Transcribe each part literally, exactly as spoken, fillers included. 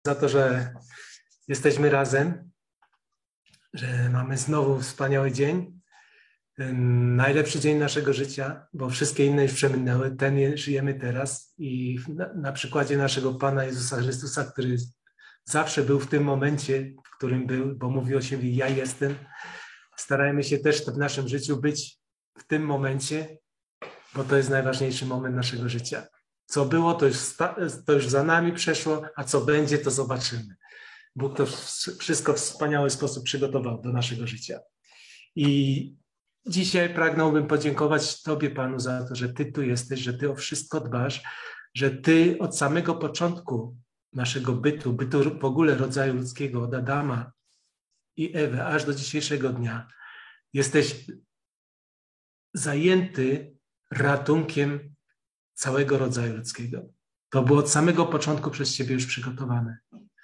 za to, że jesteśmy razem, że mamy znowu wspaniały dzień, najlepszy dzień naszego życia, bo wszystkie inne już przeminęły, ten żyjemy teraz i na, na przykładzie naszego Pana Jezusa Chrystusa, który zawsze był w tym momencie, w którym był, bo mówił o siebie: ja jestem. Starajmy się też w naszym życiu być w tym momencie, bo to jest najważniejszy moment naszego życia. Co było, to już, to już za nami przeszło, a co będzie, to zobaczymy. Bóg to wszystko w wspaniały sposób przygotował do naszego życia. I dzisiaj pragnąłbym podziękować Tobie, Panu, za to, że Ty tu jesteś, że Ty o wszystko dbasz, że Ty od samego początku naszego bytu, bytu w ogóle rodzaju ludzkiego, od Adama i Ewy, aż do dzisiejszego dnia, jesteś zajęty ratunkiem całego rodzaju ludzkiego. To było od samego początku przez Ciebie już przygotowane.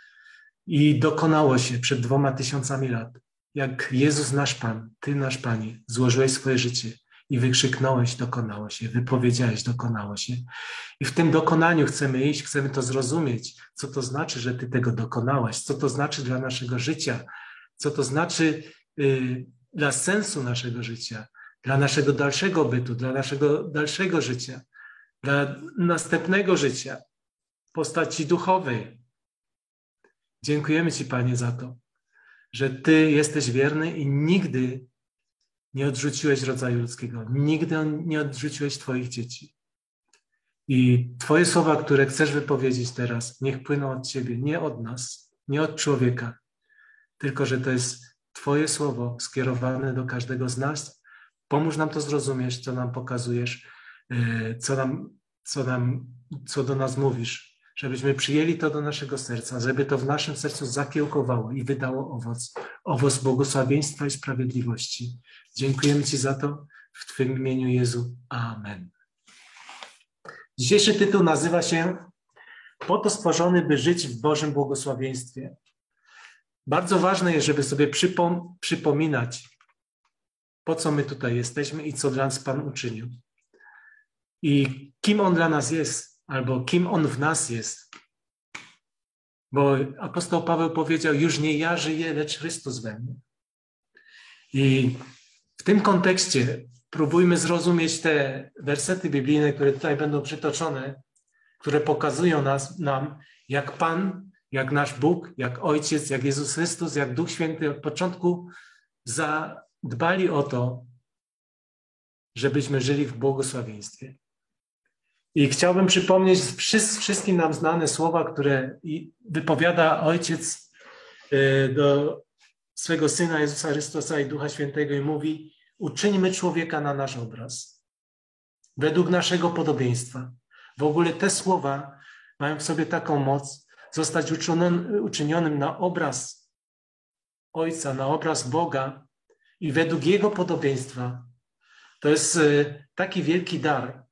I dokonało się przed dwoma tysiącami lat. Jak Jezus nasz Pan, Ty nasz Panie, złożyłeś swoje życie i wykrzyknąłeś: dokonało się, wypowiedziałeś: dokonało się. I w tym dokonaniu chcemy iść, chcemy to zrozumieć, co to znaczy, że Ty tego dokonałeś, co to znaczy dla naszego życia, co to znaczy y, dla sensu naszego życia, dla naszego dalszego bytu, dla naszego dalszego życia, dla następnego życia w postaci duchowej. Dziękujemy Ci, Panie, za to, że Ty jesteś wierny i nigdy nie odrzuciłeś rodzaju ludzkiego, nigdy nie odrzuciłeś Twoich dzieci. I Twoje słowa, które chcesz wypowiedzieć teraz, niech płyną od Ciebie, nie od nas, nie od człowieka, tylko że to jest Twoje słowo skierowane do każdego z nas. Pomóż nam to zrozumieć, co nam pokazujesz, co nam, co nam, co do nas mówisz, żebyśmy przyjęli to do naszego serca, żeby to w naszym sercu zakiełkowało i wydało owoc, owoc błogosławieństwa i sprawiedliwości. Dziękujemy Ci za to w Twym imieniu, Jezu. Amen. Dzisiejszy tytuł nazywa się Po to stworzony, by żyć w Bożym błogosławieństwie. Bardzo ważne jest, żeby sobie przypom- przypominać, po co my tutaj jesteśmy i co dla nas Pan uczynił. I kim On dla nas jest, albo kim On w nas jest. Bo apostoł Paweł powiedział: już nie ja żyję, lecz Chrystus we mnie. I w tym kontekście próbujmy zrozumieć te wersety biblijne, które tutaj będą przytoczone, które pokazują nas, nam, jak Pan, jak nasz Bóg, jak Ojciec, jak Jezus Chrystus, jak Duch Święty od początku zadbali o to, żebyśmy żyli w błogosławieństwie. I chciałbym przypomnieć wszystkim nam znane słowa, które wypowiada Ojciec do swego Syna Jezusa Chrystusa i Ducha Świętego i mówi: uczyńmy człowieka na nasz obraz, według naszego podobieństwa. W ogóle te słowa mają w sobie taką moc zostać uczynionym na obraz Ojca, na obraz Boga i według Jego podobieństwa. To jest taki wielki dar.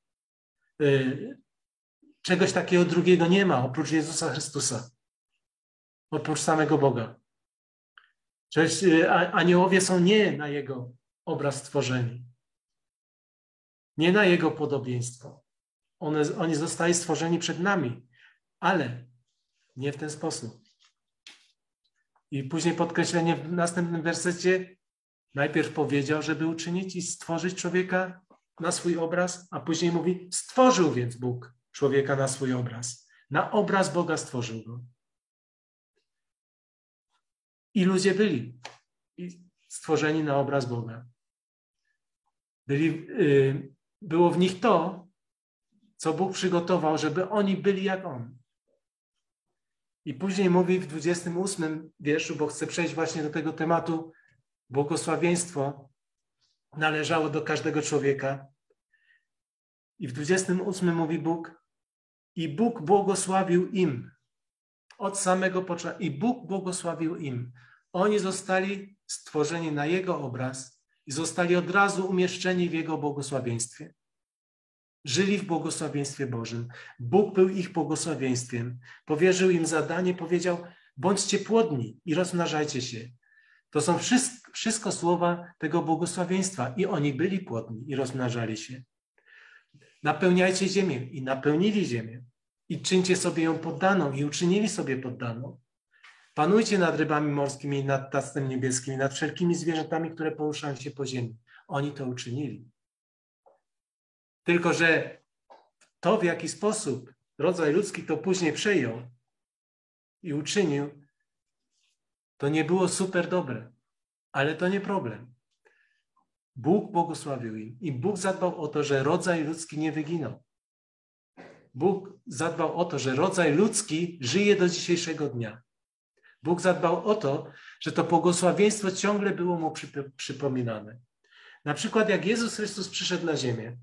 Czegoś takiego drugiego nie ma oprócz Jezusa Chrystusa, oprócz samego Boga. Cześć, aniołowie są nie na Jego obraz stworzeni, nie na Jego podobieństwo. One, oni zostali stworzeni przed nami, ale nie w ten sposób. I później podkreślenie w następnym wersecie: najpierw powiedział, żeby uczynić i stworzyć człowieka na swój obraz, a później mówi: stworzył więc Bóg człowieka na swój obraz. Na obraz Boga stworzył go. I ludzie byli stworzeni na obraz Boga. Byli, yy, było w nich to, co Bóg przygotował, żeby oni byli jak On. I później mówi w dwudziestym ósmym wierszu, bo chcę przejść właśnie do tego tematu: błogosławieństwo należało do każdego człowieka. I w dwudziestym ósmym mówi Bóg: i Bóg błogosławił im. Od samego początku. I Bóg błogosławił im. Oni zostali stworzeni na Jego obraz i zostali od razu umieszczeni w Jego błogosławieństwie. Żyli w błogosławieństwie Bożym. Bóg był ich błogosławieństwem. Powierzył im zadanie, powiedział: bądźcie płodni i rozmnażajcie się. To są wszystko, wszystko słowa tego błogosławieństwa. I oni byli płodni i rozmnażali się. Napełniajcie ziemię i napełnili ziemię. i czyńcie sobie ją poddaną i uczynili sobie poddaną. Panujcie nad rybami morskimi, nad ptactwem niebieskim, nad wszelkimi zwierzętami, które poruszają się po ziemi. Oni to uczynili. Tylko że to, w jaki sposób rodzaj ludzki to później przejął i uczynił, to nie było super dobre, ale to nie problem. Bóg błogosławił im i Bóg zadbał o to, że rodzaj ludzki nie wyginął. Bóg zadbał o to, że rodzaj ludzki żyje do dzisiejszego dnia. Bóg zadbał o to, że to błogosławieństwo ciągle było mu przypominane. Na przykład jak Jezus Chrystus przyszedł na ziemię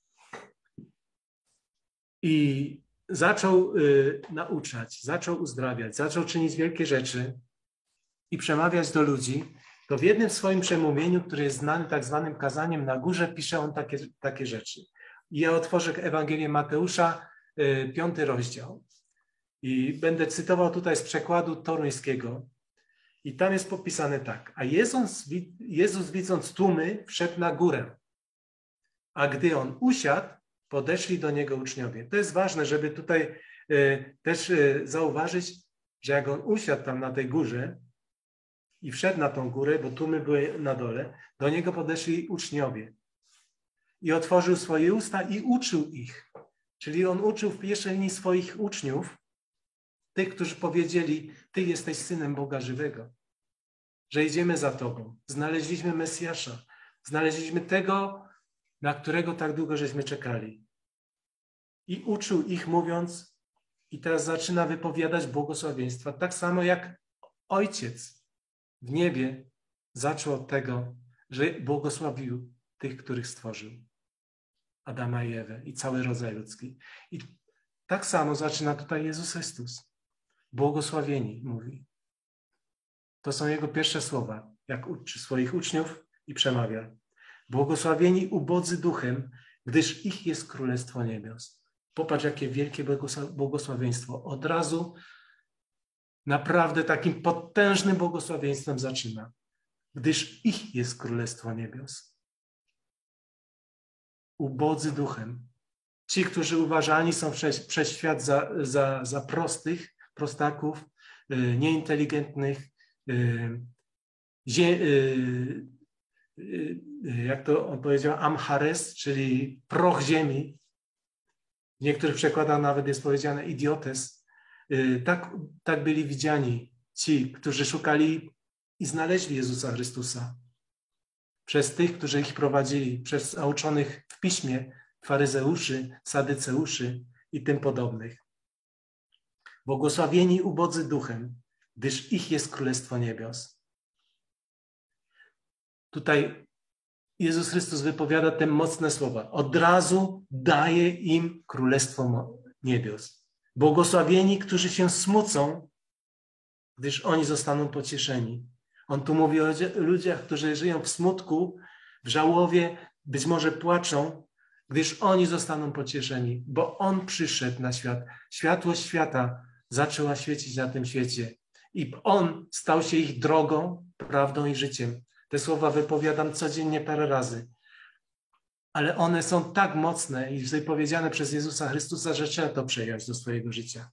i zaczął y, nauczać, zaczął uzdrawiać, zaczął czynić wielkie rzeczy i przemawiać do ludzi, to w jednym swoim przemówieniu, które jest znane tak zwanym kazaniem na górze, pisze on takie, takie rzeczy. I ja otworzę Ewangelię Mateusza, y, piąty rozdział. I będę cytował tutaj z przekładu toruńskiego. I tam jest popisane tak. A Jezus, Jezus widząc tłumy, wszedł na górę. A gdy on usiadł, podeszli do niego uczniowie. To jest ważne, żeby tutaj y, też y, zauważyć, że jak on usiadł tam na tej górze i wszedł na tą górę, bo tłumy były na dole, do niego podeszli uczniowie. I otworzył swoje usta i uczył ich. Czyli on uczył w pierwszej linii swoich uczniów, tych, którzy powiedzieli, Ty jesteś Synem Boga żywego, że idziemy za Tobą. Znaleźliśmy Mesjasza, znaleźliśmy tego, na którego tak długo żeśmy czekali. I uczył ich mówiąc, i teraz zaczyna wypowiadać błogosławieństwa, tak samo jak Ojciec w niebie zaczął od tego, że błogosławił tych, których stworzył. Adama i Ewę i cały rodzaj ludzki. I tak samo zaczyna tutaj Jezus Chrystus. Błogosławieni, mówi. To są Jego pierwsze słowa, jak uczy swoich uczniów i przemawia. Błogosławieni ubodzy duchem, gdyż ich jest Królestwo Niebios. Popatrz, jakie wielkie błogosławieństwo. Od razu naprawdę takim potężnym błogosławieństwem zaczyna. Gdyż ich jest Królestwo Niebios. Ubodzy duchem. Ci, którzy uważani są przez, przez świat za, za, za prostych, prostaków, y, nieinteligentnych, y, zie, y, y, jak to on powiedział, amhares, czyli proch ziemi. W niektórych przekładach nawet jest powiedziane idiotes. Y, tak, tak byli widziani ci, którzy szukali i znaleźli Jezusa Chrystusa. Przez tych, którzy ich prowadzili, przez nauczonych w piśmie, faryzeuszy, sadyceuszy i tym podobnych. Błogosławieni ubodzy duchem, gdyż ich jest Królestwo Niebios. Tutaj Jezus Chrystus wypowiada te mocne słowa. Od razu daje im Królestwo Niebios. Błogosławieni, którzy się smucą, gdyż oni zostaną pocieszeni. On tu mówi o ludziach, którzy żyją w smutku, w żałowie, być może płaczą, gdyż oni zostaną pocieszeni, bo On przyszedł na świat. Światłość świata zaczęła świecić na tym świecie i On stał się ich drogą, prawdą i życiem. Te słowa wypowiadam codziennie parę razy, ale one są tak mocne i wypowiedziane przez Jezusa Chrystusa, że trzeba to przejąć do swojego życia.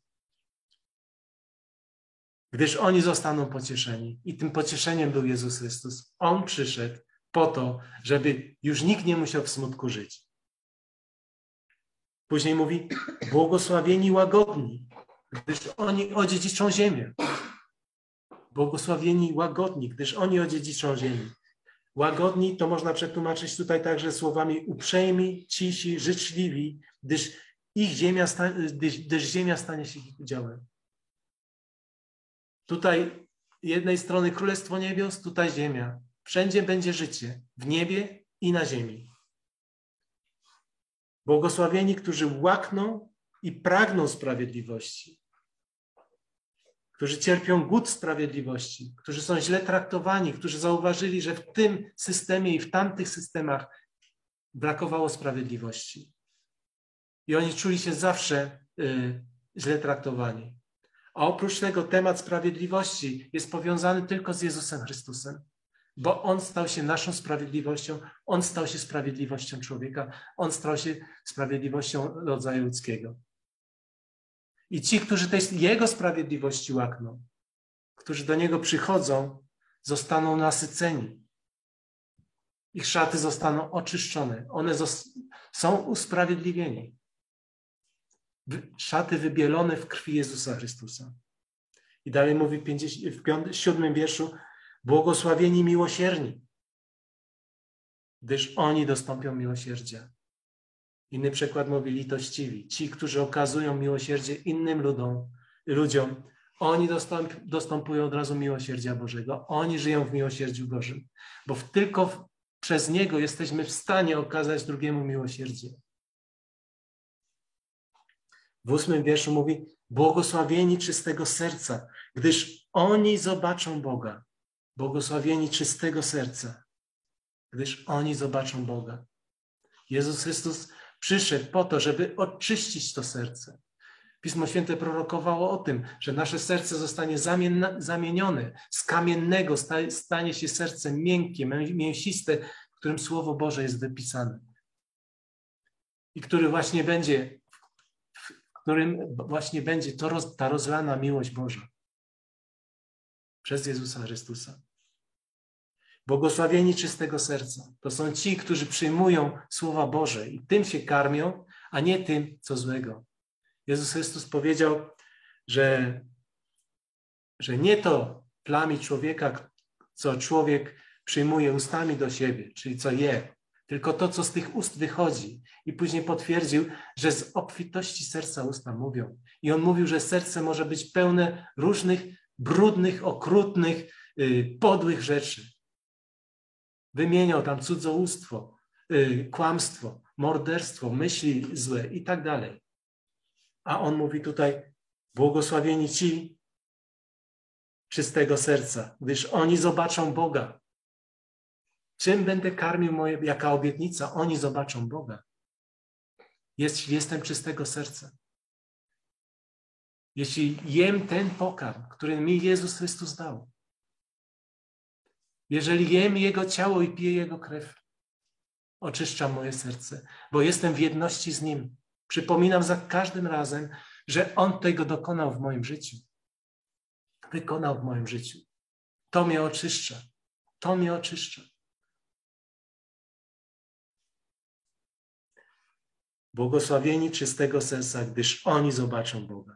Gdyż oni zostaną pocieszeni i tym pocieszeniem był Jezus Chrystus. On przyszedł po to, żeby już nikt nie musiał w smutku żyć. Później mówi, błogosławieni łagodni, gdyż oni odziedziczą ziemię. Błogosławieni łagodni, gdyż oni odziedziczą ziemię. Łagodni to można przetłumaczyć tutaj także słowami uprzejmi, cisi, życzliwi, gdyż ich ziemia, sta- gdyż, gdyż ziemia stanie się ich udziałem. Tutaj jednej strony Królestwo Niebios, tutaj ziemia. Wszędzie będzie życie, w niebie i na ziemi. Błogosławieni, którzy łakną i pragną sprawiedliwości, którzy cierpią głód sprawiedliwości, którzy są źle traktowani, którzy zauważyli, że w tym systemie i w tamtych systemach brakowało sprawiedliwości. I oni czuli się zawsze y, źle traktowani. A oprócz tego temat sprawiedliwości jest powiązany tylko z Jezusem Chrystusem, bo On stał się naszą sprawiedliwością, On stał się sprawiedliwością człowieka, On stał się sprawiedliwością rodzaju ludzkiego. I ci, którzy tej Jego sprawiedliwości łakną, którzy do Niego przychodzą, zostaną nasyceni. Ich szaty zostaną oczyszczone. One są usprawiedliwieni. Szaty wybielone w krwi Jezusa Chrystusa. I dalej mówi w siódmym wierszu: błogosławieni miłosierni, gdyż oni dostąpią miłosierdzia. Inny przykład mówi litościwi. Ci, którzy okazują miłosierdzie innym ludom, ludziom, oni dostąp, dostępują od razu miłosierdzia Bożego. Oni żyją w miłosierdziu Bożym, bo w, tylko w, przez Niego jesteśmy w stanie okazać drugiemu miłosierdzie. W ósmym wierszu mówi: błogosławieni czystego serca, gdyż oni zobaczą Boga. Błogosławieni czystego serca, gdyż oni zobaczą Boga. Jezus Chrystus przyszedł po to, żeby oczyścić to serce. Pismo Święte prorokowało o tym, że nasze serce zostanie zamienione z kamiennego, stanie się sercem miękkie, mięsiste, w którym Słowo Boże jest wypisane. I który właśnie będzie, w którym właśnie będzie to, ta rozlana miłość Boża przez Jezusa Chrystusa. Błogosławieni czystego serca. To są ci, którzy przyjmują Słowa Boże i tym się karmią, a nie tym, co złego. Jezus Chrystus powiedział, że, że nie to plami człowieka, co człowiek przyjmuje ustami do siebie, czyli co je, tylko to, co z tych ust wychodzi. I później potwierdził, że z obfitości serca usta mówią. I on mówił, że serce może być pełne różnych brudnych, okrutnych, yy, podłych rzeczy. Wymieniał tam cudzołóstwo, yy, kłamstwo, morderstwo, myśli złe i tak dalej. A on mówi tutaj: błogosławieni ci czystego serca, gdyż oni zobaczą Boga. Czym będę karmił moje, jaka obietnica? Oni zobaczą Boga. Jest, jestem czystego serca. Jeśli jem ten pokarm, który mi Jezus Chrystus dał, jeżeli jem Jego ciało i piję Jego krew, oczyszczam moje serce, bo jestem w jedności z Nim. Przypominam za każdym razem, że On tego dokonał w moim życiu. Wykonał w moim życiu. To mnie oczyszcza. To mnie oczyszcza. Błogosławieni czystego serca, gdyż oni zobaczą Boga.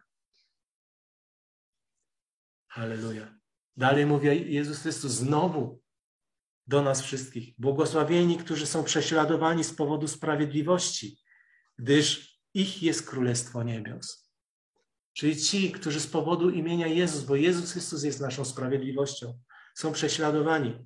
Halleluja. Dalej mówi Jezus Chrystus znowu do nas wszystkich. Błogosławieni, którzy są prześladowani z powodu sprawiedliwości, gdyż ich jest Królestwo Niebios. Czyli ci, którzy z powodu imienia Jezus, bo Jezus Chrystus jest naszą sprawiedliwością, są prześladowani,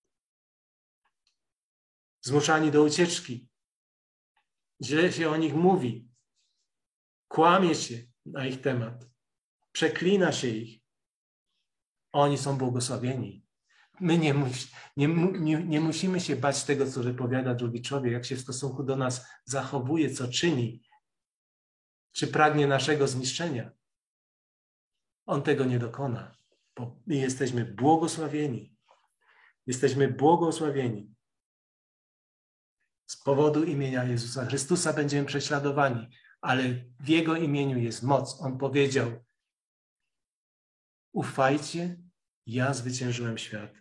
zmuszani do ucieczki. Źle się o nich mówi, kłamie się na ich temat, przeklina się ich. Oni są błogosławieni. My nie, mus, nie, nie, nie musimy się bać tego, co wypowiada drugi człowiek, jak się w stosunku do nas zachowuje, co czyni, czy pragnie naszego zniszczenia. On tego nie dokona, bo my jesteśmy błogosławieni. Jesteśmy błogosławieni. Z powodu imienia Jezusa Chrystusa będziemy prześladowani, ale w Jego imieniu jest moc. On powiedział: ufajcie, ja zwyciężyłem świat.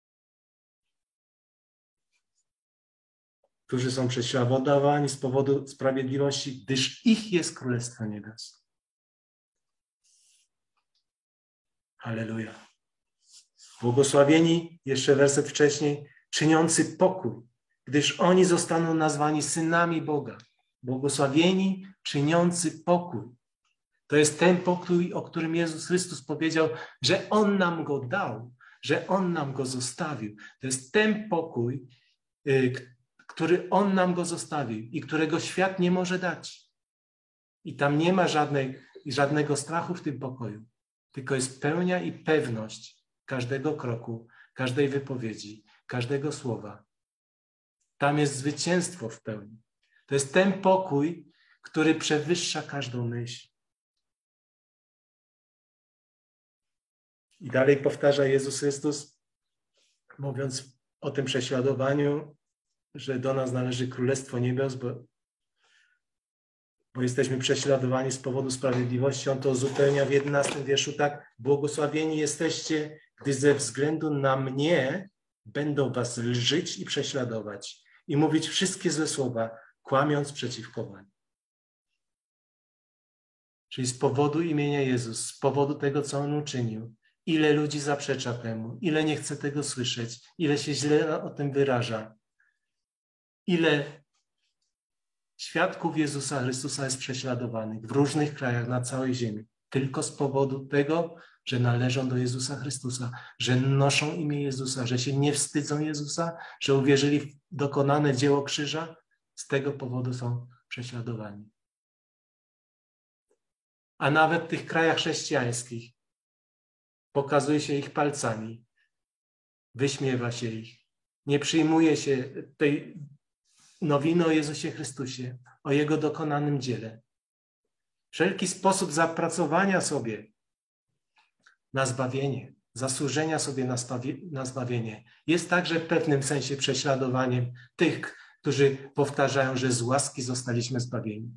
Którzy są prześladowani z powodu sprawiedliwości, gdyż ich jest Królestwo Niebios. Halleluja. Błogosławieni, jeszcze werset wcześniej, czyniący pokój, gdyż oni zostaną nazwani synami Boga. Błogosławieni, czyniący pokój. To jest ten pokój, o którym Jezus Chrystus powiedział, że On nam go dał, że On nam go zostawił. To jest ten pokój, który On nam go zostawił i którego świat nie może dać. I tam nie ma żadnej, żadnego strachu w tym pokoju, tylko jest pełnia i pewność każdego kroku, każdej wypowiedzi, każdego słowa. Tam jest zwycięstwo w pełni. To jest ten pokój, który przewyższa każdą myśl. I dalej powtarza Jezus Chrystus, mówiąc o tym prześladowaniu, że do nas należy Królestwo Niebios, bo, bo jesteśmy prześladowani z powodu sprawiedliwości. On to uzupełnia w jedenastym wierszu tak. Błogosławieni jesteście, gdy ze względu na mnie będą was lżyć i prześladować i mówić wszystkie złe słowa, kłamiąc przeciwko wam. Czyli z powodu imienia Jezus, z powodu tego, co On uczynił, ile ludzi zaprzecza temu, ile nie chce tego słyszeć, ile się źle o tym wyraża, ile świadków Jezusa Chrystusa jest prześladowanych w różnych krajach na całej ziemi, tylko z powodu tego, że należą do Jezusa Chrystusa, że noszą imię Jezusa, że się nie wstydzą Jezusa, że uwierzyli w dokonane dzieło krzyża, z tego powodu są prześladowani. A nawet w tych krajach chrześcijańskich pokazuje się ich palcami, wyśmiewa się ich, nie przyjmuje się tej nowiny o Jezusie Chrystusie, o Jego dokonanym dziele. Wszelki sposób zapracowania sobie na zbawienie, zasłużenia sobie na, na zbawienie jest także w pewnym sensie prześladowaniem tych, którzy powtarzają, że z łaski zostaliśmy zbawieni.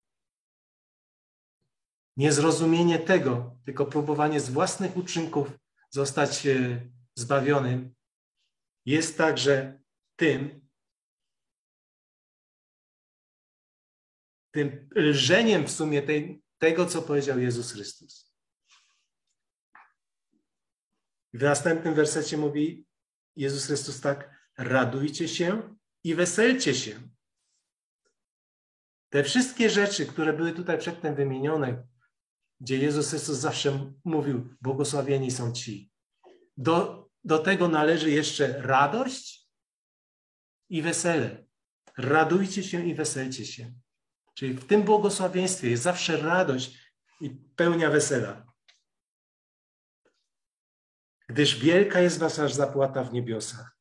Niezrozumienie tego, tylko próbowanie z własnych uczynków zostać zbawionym, jest także tym, tym lżeniem w sumie tej, tego, co powiedział Jezus Chrystus. W następnym wersecie mówi Jezus Chrystus tak: radujcie się i weselcie się. Te wszystkie rzeczy, które były tutaj przedtem wymienione, gdzie Jezus Chrystus zawsze mówił, błogosławieni są ci. Do, do tego należy jeszcze radość i wesele. Radujcie się i weselcie się. Czyli w tym błogosławieństwie jest zawsze radość i pełnia wesela. Gdyż wielka jest wasza zapłata w niebiosach.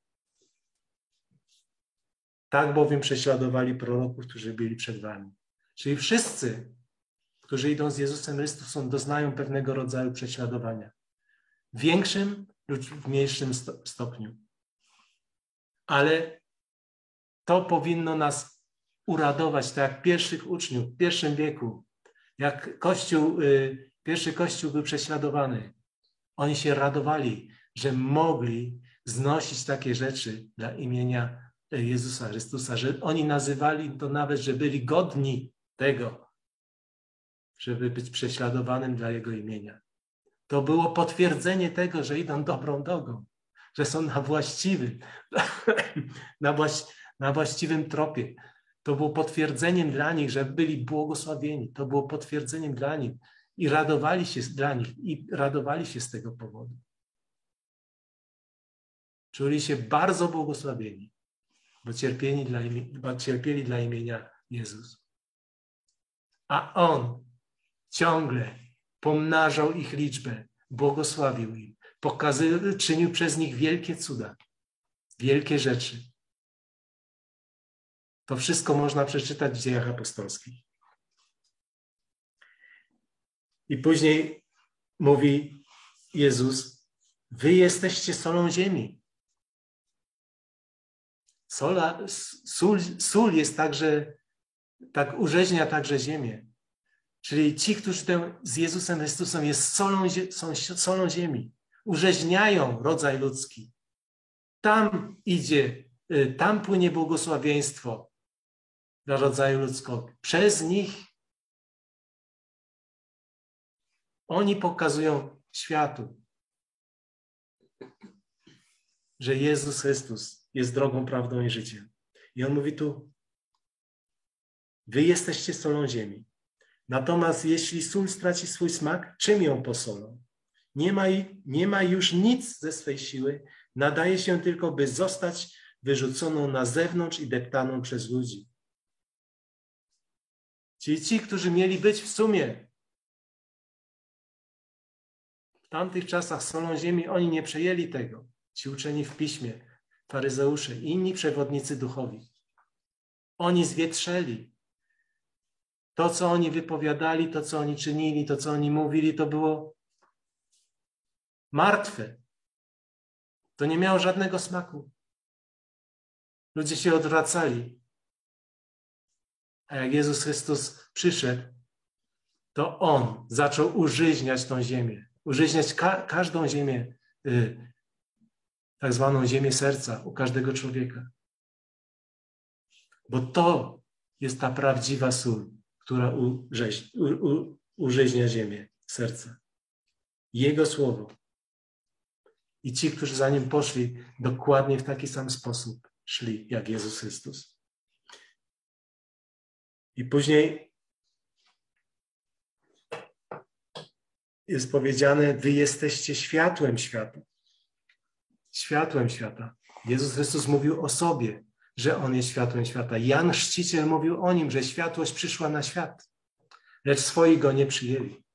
Tak bowiem prześladowali proroków, którzy byli przed wami. Czyli wszyscy, którzy idą z Jezusem Chrystusem, doznają pewnego rodzaju prześladowania. W większym lub w mniejszym stopniu. Ale to powinno nas uradować, tak jak pierwszych uczniów w pierwszym wieku. Jak Kościół, pierwszy Kościół był prześladowany. Oni się radowali, że mogli znosić takie rzeczy dla imienia Jezusa Chrystusa, że oni nazywali to nawet, że byli godni tego, żeby być prześladowanym dla Jego imienia. To było potwierdzenie tego, że idą dobrą drogą, że są na właściwym, na, właś, na właściwym tropie. To było potwierdzeniem dla nich, że byli błogosławieni. To było potwierdzeniem dla nich i radowali się dla nich i radowali się z tego powodu. Czuli się bardzo błogosławieni, bo cierpieli dla, imie, bo cierpieli dla imienia Jezus. A On ciągle pomnażał ich liczbę, błogosławił im, pokazywał, czynił przez nich wielkie cuda, wielkie rzeczy. To wszystko można przeczytać w Dziejach Apostolskich. I później mówi Jezus, wy jesteście solą ziemi. Sola, sól, sól jest także, tak urzeźnia także ziemię. Czyli ci, którzy tę, z Jezusem Chrystusem jest solą, są solą ziemi. Urzeźniają rodzaj ludzki. Tam idzie, tam płynie błogosławieństwo dla rodzaju ludzkiego. Przez nich oni pokazują światu, że Jezus Chrystus jest drogą, prawdą i życiem. I On mówi tu, wy jesteście solą ziemi. Natomiast jeśli sól straci swój smak, czym ją posolą? Nie ma, nie ma już nic ze swej siły, nadaje się tylko, by zostać wyrzuconą na zewnątrz i deptaną przez ludzi. Czyli ci, którzy mieli być w sumie w tamtych czasach solą ziemi, oni nie przejęli tego. Ci uczeni w piśmie, faryzeusze i inni przewodnicy duchowi. Oni zwietrzeli. To, co oni wypowiadali, to, co oni czynili, to, co oni mówili, to było martwe. To nie miało żadnego smaku. Ludzie się odwracali. A jak Jezus Chrystus przyszedł, to On zaczął użyźniać tą ziemię. Użyźniać ka każdą ziemię, y, tak zwaną ziemię serca u każdego człowieka. Bo to jest ta prawdziwa sól, która urzeź, u, u, użyźnia ziemię serca. Jego słowo. I ci, którzy za Nim poszli, dokładnie w taki sam sposób szli, jak Jezus Chrystus. I później jest powiedziane, wy jesteście światłem świata. Światłem świata. Jezus Chrystus mówił o sobie, że On jest światłem świata. Jan Chrzciciel mówił o Nim, że światłość przyszła na świat, lecz swoi Go nie przyjęli.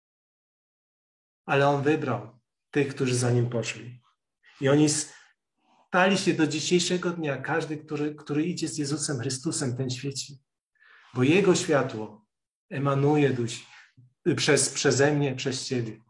Ale On wybrał tych, którzy za Nim poszli. I oni stali się do dzisiejszego dnia, każdy, który, który idzie z Jezusem Chrystusem, ten świeci. Bo Jego światło emanuje duś, przez, przeze mnie, przez Ciebie.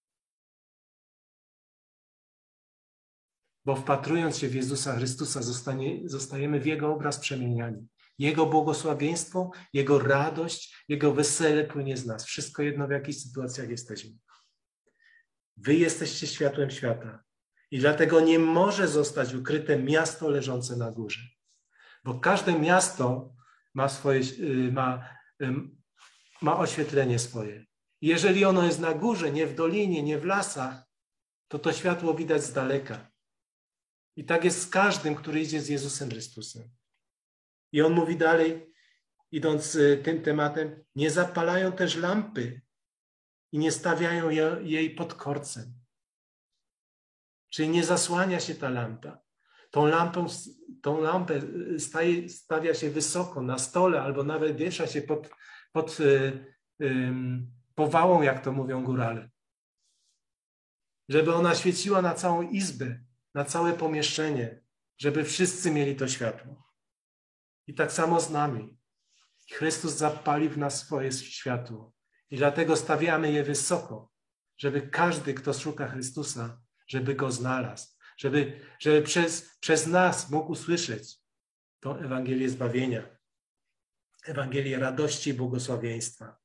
Bo wpatrując się w Jezusa Chrystusa, zostanie, zostajemy w Jego obraz przemieniani. Jego błogosławieństwo, Jego radość, Jego wesele płynie z nas. Wszystko jedno, w jakich sytuacjach jesteśmy. Wy jesteście światłem świata. I dlatego nie może zostać ukryte miasto leżące na górze. Bo każde miasto ma swoje, ma, ma oświetlenie swoje. I jeżeli ono jest na górze, nie w dolinie, nie w lasach, to to światło widać z daleka. I tak jest z każdym, który idzie z Jezusem Chrystusem. I on mówi dalej, idąc tym tematem, nie zapalają też lampy i nie stawiają jej pod korcem. Czyli nie zasłania się ta lampa. Tą lampą, tą lampę staje, stawia się wysoko na stole albo nawet wiesza się pod, pod y, y, powałą, jak to mówią górale. Żeby ona świeciła na całą izbę, na całe pomieszczenie, żeby wszyscy mieli to światło. I tak samo z nami. Chrystus zapalił w nas swoje światło. I dlatego stawiamy je wysoko, żeby każdy, kto szuka Chrystusa, żeby Go znalazł, żeby, żeby przez, przez nas mógł usłyszeć tą Ewangelię zbawienia, Ewangelię radości i błogosławieństwa.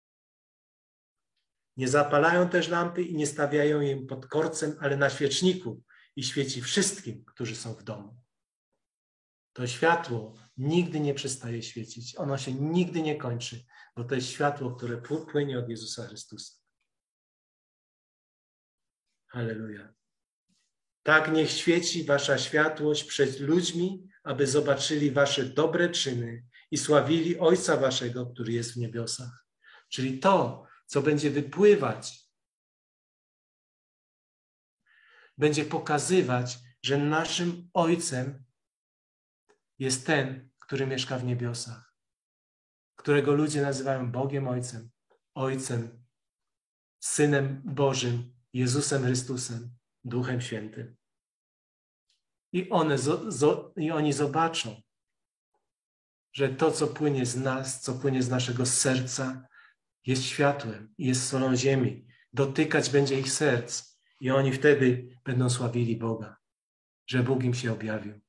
Nie zapalają też lampy i nie stawiają jej pod korcem, ale na świeczniku i świeci wszystkim, którzy są w domu. To światło nigdy nie przestaje świecić. Ono się nigdy nie kończy, bo to jest światło, które płynie od Jezusa Chrystusa. Halleluja. Tak niech świeci wasza światłość przed ludźmi, aby zobaczyli wasze dobre czyny i sławili Ojca waszego, który jest w niebiosach. Czyli to, co będzie wypływać, będzie pokazywać, że naszym Ojcem jest ten, który mieszka w niebiosach, którego ludzie nazywają Bogiem Ojcem, Ojcem, Synem Bożym, Jezusem Chrystusem, Duchem Świętym. I, one, zo, zo, I oni zobaczą, że to, co płynie z nas, co płynie z naszego serca, jest światłem i jest solą ziemi. Dotykać będzie ich serc i oni wtedy będą sławili Boga, że Bóg im się objawił.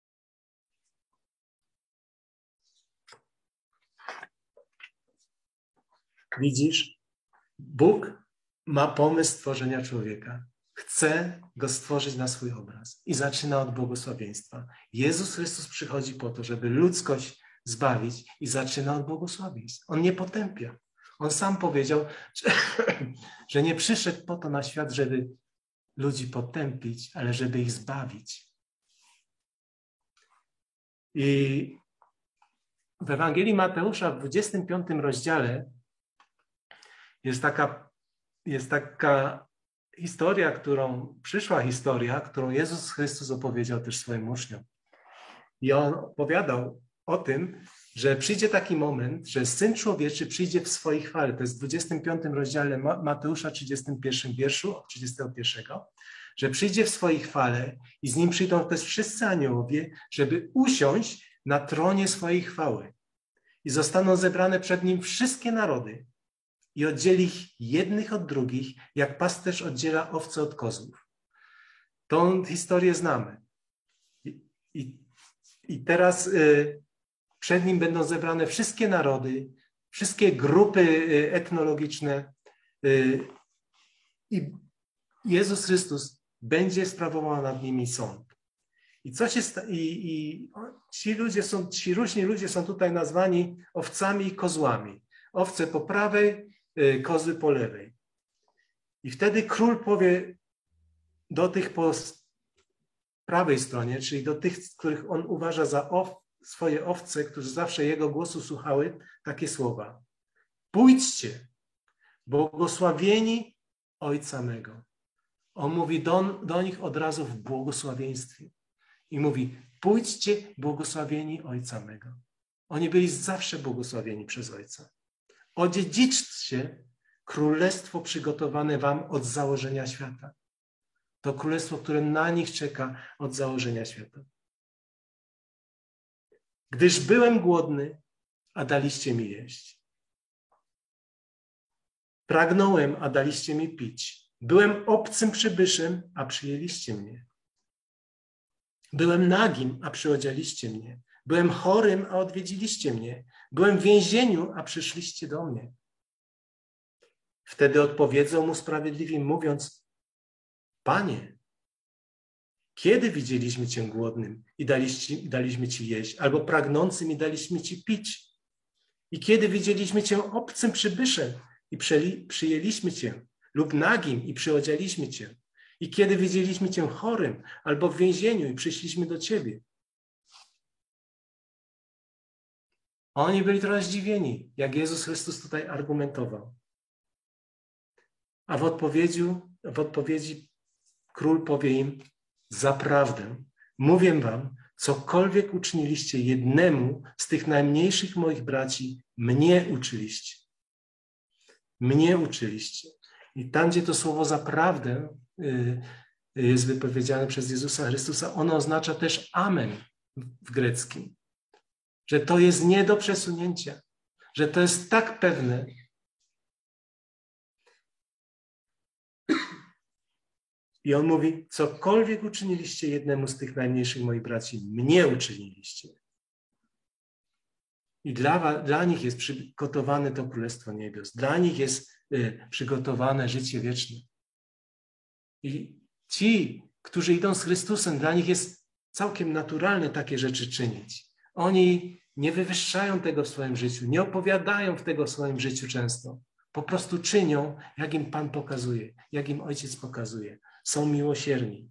Widzisz, Bóg ma pomysł stworzenia człowieka. Chce go stworzyć na swój obraz i zaczyna od błogosławieństwa. Jezus Chrystus przychodzi po to, żeby ludzkość zbawić i zaczyna od błogosławieństw. On nie potępia. On sam powiedział, że, że nie przyszedł po to na świat, żeby ludzi potępić, ale żeby ich zbawić. I w Ewangelii Mateusza w dwudziestym piątym rozdziale jest taka, jest taka historia, którą, przyszła historia, którą Jezus Chrystus opowiedział też swoim uczniom. I on opowiadał o tym, że przyjdzie taki moment, że Syn Człowieczy przyjdzie w swojej chwale. To jest w dwudziestym piątym rozdziale Mateusza, trzydziestym pierwszym wierszu, trzydziestego pierwszego, że przyjdzie w swojej chwale i z Nim przyjdą też wszyscy aniołowie, żeby usiąść na tronie swojej chwały. I zostaną zebrane przed Nim wszystkie narody i oddzieli ich jednych od drugich, jak pasterz oddziela owce od kozłów. Tą historię znamy. I, i, i teraz y, Przed nim będą zebrane wszystkie narody, wszystkie grupy etnologiczne i Jezus Chrystus będzie sprawował nad nimi sąd. I co się sta- i, i ci ludzie są, ci różni ludzie są tutaj nazwani owcami i kozłami. Owce po prawej, kozły po lewej. I wtedy król powie do tych po prawej stronie, czyli do tych, których on uważa za ow, swoje owce, którzy zawsze jego głosu słuchały, takie słowa. Pójdźcie, błogosławieni Ojca mego. On mówi do, do nich od razu w błogosławieństwie. I mówi, pójdźcie, błogosławieni Ojca mego. Oni byli zawsze błogosławieni przez Ojca. Odziedziczcie królestwo przygotowane wam od założenia świata. To królestwo, które na nich czeka od założenia świata. Gdyż byłem głodny, a daliście mi jeść. Pragnąłem, a daliście mi pić. Byłem obcym przybyszem, a przyjęliście mnie. Byłem nagim, a przyodzialiście mnie. Byłem chorym, a odwiedziliście mnie. Byłem w więzieniu, a przyszliście do mnie. Wtedy odpowiedzą mu sprawiedliwi, mówiąc, Panie, kiedy widzieliśmy Cię głodnym i daliście, daliśmy Ci jeść, albo pragnącym i daliśmy Ci pić? I kiedy widzieliśmy Cię obcym przybyszem i przeli, przyjęliśmy Cię, lub nagim i przyodzialiśmy Cię? I kiedy widzieliśmy Cię chorym albo w więzieniu i przyszliśmy do Ciebie? Oni byli trochę zdziwieni, jak Jezus Chrystus tutaj argumentował. A w odpowiedzi, w odpowiedzi król powie im, zaprawdę, mówię wam, cokolwiek uczyniliście jednemu z tych najmniejszych moich braci, mnie uczyliście. Mnie uczyliście. I tam, gdzie to słowo zaprawdę jest wypowiedziane przez Jezusa Chrystusa, ono oznacza też amen w greckim. Że to jest nie do przesunięcia. Że to jest tak pewne. I on mówi, cokolwiek uczyniliście jednemu z tych najmniejszych moich braci, mnie uczyniliście. I dla, dla nich jest przygotowane to Królestwo Niebios. Dla nich jest y, przygotowane życie wieczne. I ci, którzy idą z Chrystusem, dla nich jest całkiem naturalne takie rzeczy czynić. Oni nie wywyższają tego w swoim życiu, nie opowiadają tego w swoim życiu często. Po prostu czynią, jak im Pan pokazuje, jak im Ojciec pokazuje. Są miłosierni,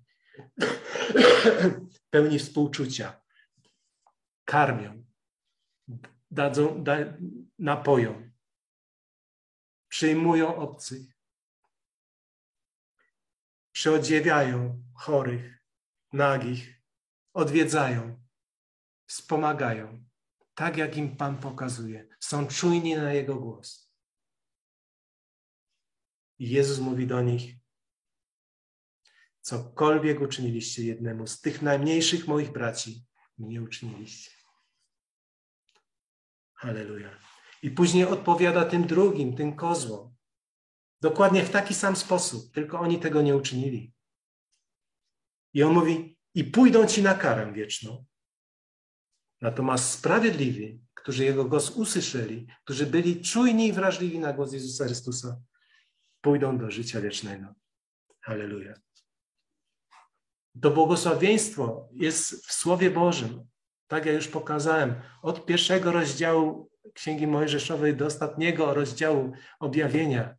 pełni współczucia, karmią, dadzą, da, napoją, przyjmują obcych, przyodziewiają chorych, nagich, odwiedzają, wspomagają, tak jak im Pan pokazuje. Są czujni na Jego głos. I Jezus mówi do nich, cokolwiek uczyniliście jednemu z tych najmniejszych moich braci, mnie uczyniliście. Halleluja. I później odpowiada tym drugim, tym kozłom. Dokładnie w taki sam sposób, tylko oni tego nie uczynili. I on mówi, i pójdą ci na karę wieczną. Natomiast sprawiedliwi, którzy Jego głos usłyszeli, którzy byli czujni i wrażliwi na głos Jezusa Chrystusa, pójdą do życia wiecznego. Halleluja. To błogosławieństwo jest w Słowie Bożym. Tak jak już pokazałem, od pierwszego rozdziału Księgi Mojżeszowej do ostatniego rozdziału Objawienia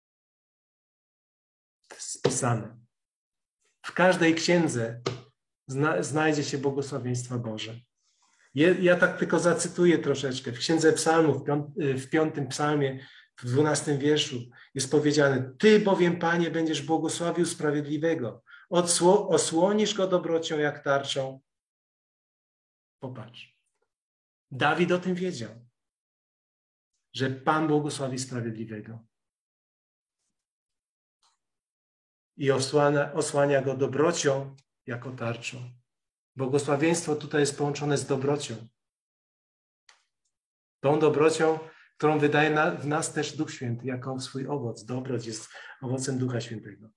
spisane. W każdej księdze zna, znajdzie się błogosławieństwa Boże. Je, ja tak tylko zacytuję troszeczkę. W Księdze Psalmów, w, piąt, w piątym psalmie, w dwunastym wierszu jest powiedziane, Ty bowiem, Panie, będziesz błogosławił sprawiedliwego. Odsło, osłonisz go dobrocią jak tarczą. Popatrz. Dawid o tym wiedział, że Pan błogosławi sprawiedliwego. I osłania, osłania go dobrocią jako tarczą. Błogosławieństwo tutaj jest połączone z dobrocią. Tą dobrocią, którą wydaje na, w nas też Duch Święty, jako swój owoc. Dobroć jest owocem Ducha Świętego.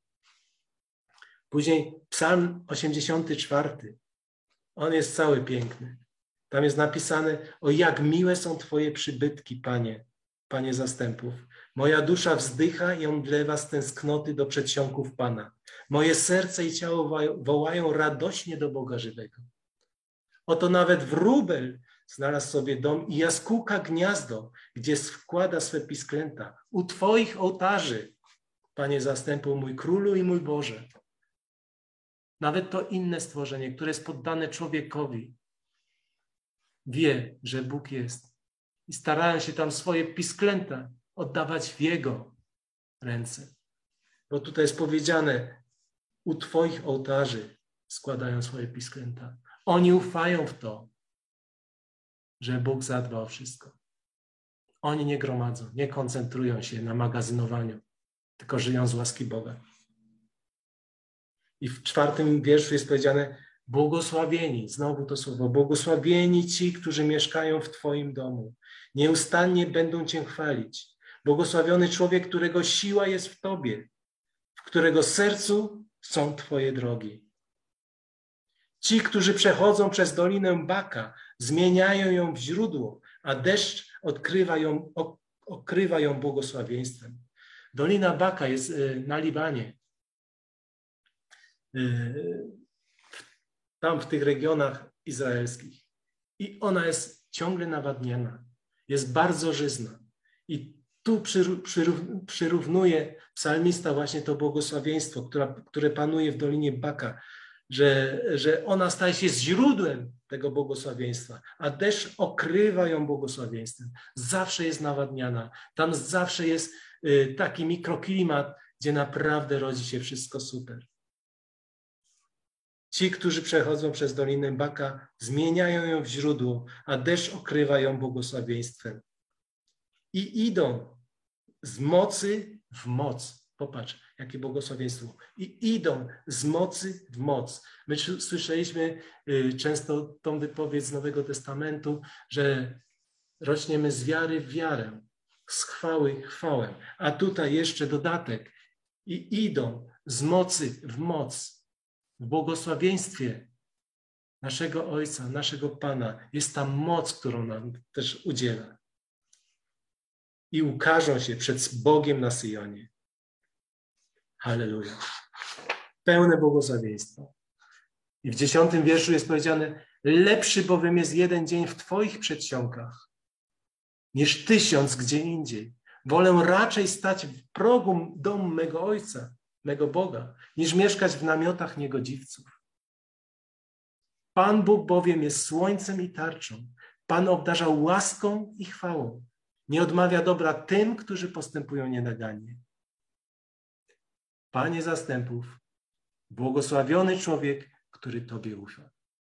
Później Psalm osiemdziesiąty czwarty. On jest cały piękny. Tam jest napisane, o jak miłe są Twoje przybytki, Panie, Panie zastępów. Moja dusza wzdycha i omdlewa z tęsknoty do przedsionków Pana. Moje serce i ciało wołają radośnie do Boga żywego. Oto nawet wróbel znalazł sobie dom i jaskółka gniazdo, gdzie wkłada swe pisklęta. U Twoich ołtarzy, Panie zastępu, mój Królu i mój Boże. Nawet to inne stworzenie, które jest poddane człowiekowi, wie, że Bóg jest i starają się tam swoje pisklęta oddawać w Jego ręce. Bo tutaj jest powiedziane, u Twoich ołtarzy składają swoje pisklęta. Oni ufają w to, że Bóg zadba o wszystko. Oni nie gromadzą, nie koncentrują się na magazynowaniu, tylko żyją z łaski Boga. I w czwartym wierszu jest powiedziane, błogosławieni, znowu to słowo, błogosławieni ci, którzy mieszkają w Twoim domu. Nieustannie będą Cię chwalić. Błogosławiony człowiek, którego siła jest w Tobie, w którego sercu są Twoje drogi. Ci, którzy przechodzą przez Dolinę Baka, zmieniają ją w źródło, a deszcz odkrywa ją, okrywa ją błogosławieństwem. Dolina Baka jest na Libanie. Tam w tych regionach izraelskich. I ona jest ciągle nawadniana. Jest bardzo żyzna. I tu przyrównuje psalmista właśnie to błogosławieństwo, które, które panuje w Dolinie Baka, że, że ona staje się źródłem tego błogosławieństwa, a deszcz okrywa ją błogosławieństwem. Zawsze jest nawadniana. Tam zawsze jest y, taki mikroklimat, gdzie naprawdę rodzi się wszystko super. Ci, którzy przechodzą przez Dolinę Baka, zmieniają ją w źródło, a deszcz okrywa ją błogosławieństwem. I idą z mocy w moc. Popatrz, jakie błogosławieństwo. I idą z mocy w moc. My słyszeliśmy często tą wypowiedź z Nowego Testamentu, że rośniemy z wiary w wiarę, z chwały w chwałę. A tutaj jeszcze dodatek. I idą z mocy w moc. W błogosławieństwie naszego Ojca, naszego Pana jest ta moc, którą nam też udziela. I ukażą się przed Bogiem na Syjonie. Halleluja. Pełne błogosławieństwo. I w dziesiątym wierszu jest powiedziane, lepszy bowiem jest jeden dzień w Twoich przedsionkach, niż tysiąc gdzie indziej. Wolę raczej stać w progu domu mego Ojca, mego Boga, niż mieszkać w namiotach niegodziwców. Pan Bóg bowiem jest słońcem i tarczą. Pan obdarza łaską i chwałą. Nie odmawia dobra tym, którzy postępują nienagannie. Panie zastępów, błogosławiony człowiek, który Tobie ufa.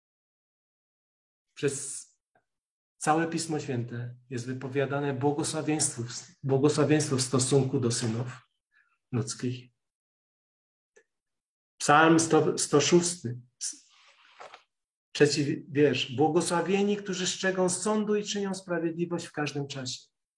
Przez całe Pismo Święte jest wypowiadane błogosławieństwo, błogosławieństwo w stosunku do synów ludzkich. Psalm sto szósty, trzeci wiersz. Błogosławieni, którzy strzegą sądu i czynią sprawiedliwość w każdym czasie.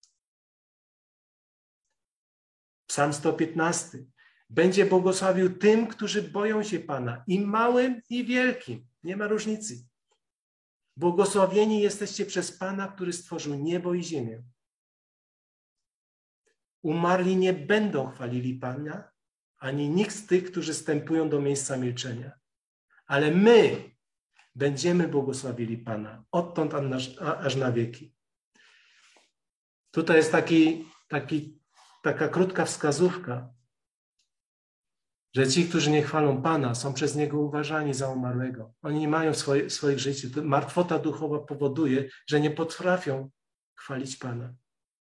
Psalm sto piętnasty. Będzie błogosławił tym, którzy boją się Pana, i małym, i wielkim. Nie ma różnicy. Błogosławieni jesteście przez Pana, który stworzył niebo i ziemię. Umarli nie będą chwalili Pana, ani nikt z tych, którzy wstępują do miejsca milczenia. Ale my będziemy błogosławili Pana, odtąd aż na wieki. Tutaj jest taki, taki, taka krótka wskazówka, że ci, którzy nie chwalą Pana, są przez Niego uważani za umarłego. Oni nie mają swoje, swoich żyć. Martwota duchowa powoduje, że nie potrafią chwalić Pana.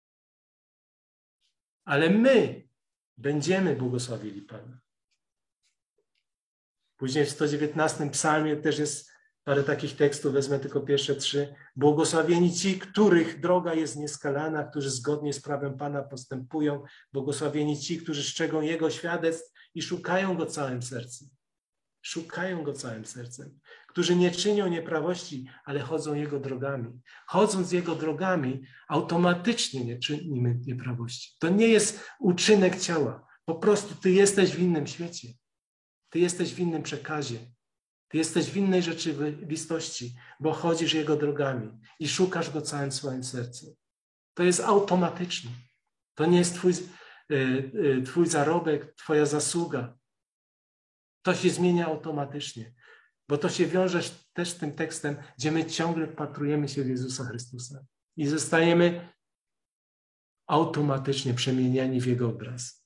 Ale my będziemy błogosławili Pana. Później w sto dziewiętnastym psalmie też jest parę takich tekstów, wezmę tylko pierwsze trzy. Błogosławieni ci, których droga jest nieskalana, którzy zgodnie z prawem Pana postępują. Błogosławieni ci, którzy strzegą Jego świadectw i szukają Go całym sercem. Szukają Go całym sercem. Którzy nie czynią nieprawości, ale chodzą Jego drogami. Chodząc Jego drogami, automatycznie nie czynimy nieprawości. To nie jest uczynek ciała. Po prostu Ty jesteś w innym świecie. Ty jesteś w innym przekazie. Ty jesteś w innej rzeczywistości, bo chodzisz Jego drogami i szukasz Go całym swoim sercem. To jest automatyczne. To nie jest twój, twój zarobek, twoja zasługa. To się zmienia automatycznie, bo to się wiąże też z tym tekstem, gdzie my ciągle wpatrujemy się w Jezusa Chrystusa i zostajemy automatycznie przemieniani w Jego obraz.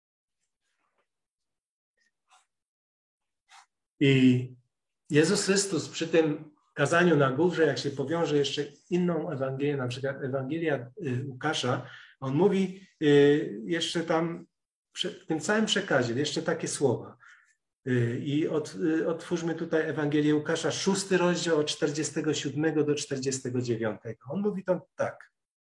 I Jezus Chrystus przy tym kazaniu na górze, jak się powiąże jeszcze inną Ewangelię, na przykład Ewangelia Łukasza, on mówi jeszcze tam w tym całym przekazie, jeszcze takie słowa. I od, otwórzmy tutaj Ewangelię Łukasza, szósty rozdział od czterdziestego siódmego do czterdziestego dziewiątego. On mówi tam tak.